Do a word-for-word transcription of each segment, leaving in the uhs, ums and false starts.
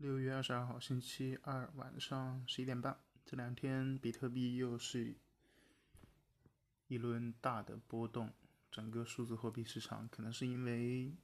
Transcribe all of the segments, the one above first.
六月二十二号，星期二晚上十一点半，这两天比特币又是一轮大的波动，整个数字货币市场可能是因为，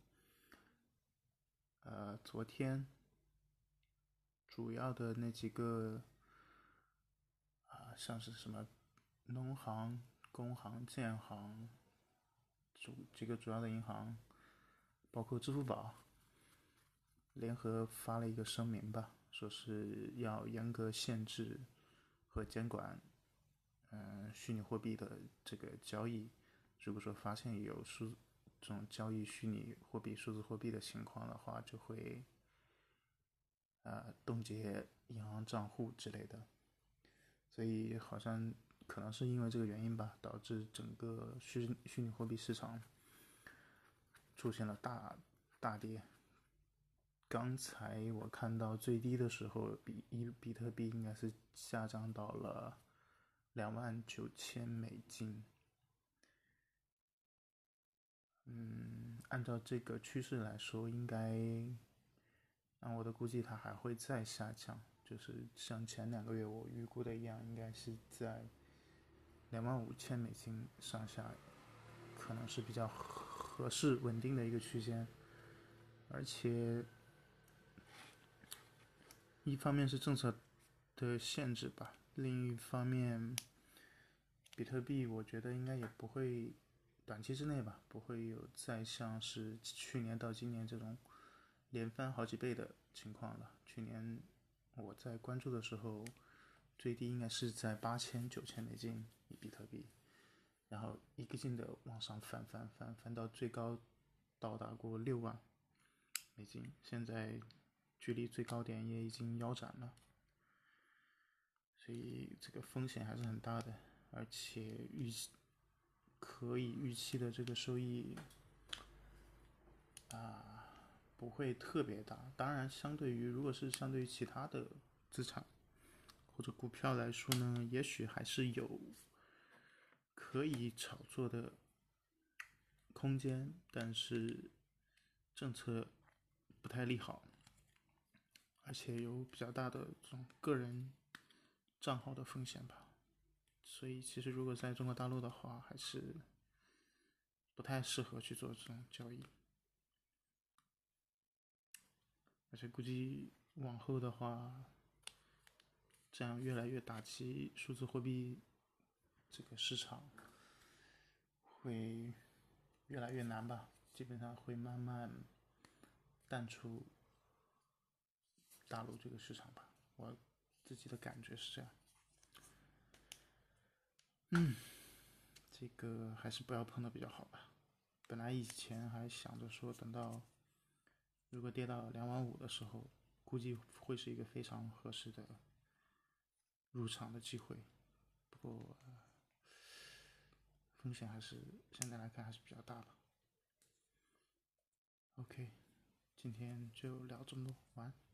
呃，昨天主要的那几个啊、呃像是什么农行、工行、建行主几个主要的银行，包括支付宝，联合发了一个声明吧，说是要严格限制和监管，嗯、呃，虚拟货币的这个交易。如果说发现有数这种交易虚拟货币、数字货币的情况的话，就会呃冻结银行账户之类的。所以好像可能是因为这个原因吧，导致整个虚虚拟货币市场出现了大大跌。刚才我看到最低的时候，比一比特币应该是下降到了两万九千美金。嗯，按照这个趋势来说，应该按我的估计，它还会再下降，就是像前两个月我预估的一样，应该是在两万五千美金上下，可能是比较合适稳定的一个区间。而且一方面是政策的限制吧，另一方面，比特币我觉得应该也不会短期之内吧，不会有再像是去年到今年这种连翻好几倍的情况了。去年我在关注的时候，最低应该是在八千九千美金一比特币，然后一个劲的往上翻翻翻翻到最高到达过六万美金，现在距离最高点也已经腰斩了，所以这个风险还是很大的，而且预期可以预期的这个收益啊不会特别大。当然，相对于如果是相对于其他的资产或者股票来说呢，也许还是有可以炒作的空间，但是政策不太利好，而且有比较大的这种个人账号的风险吧。所以其实如果在中国大陆的话，还是不太适合去做这种交易。而且估计往后的话，这样越来越打击数字货币这个市场，会越来越难吧。基本上会慢慢淡出大陆这个市场吧，我自己的感觉是这样。嗯，这个还是不要碰的比较好吧。本来以前还想着说，等到如果跌到两万五的时候，估计会是一个非常合适的入场的机会。不过、呃、风险还是现在来看还是比较大的。OK，今天就聊这么多，晚安。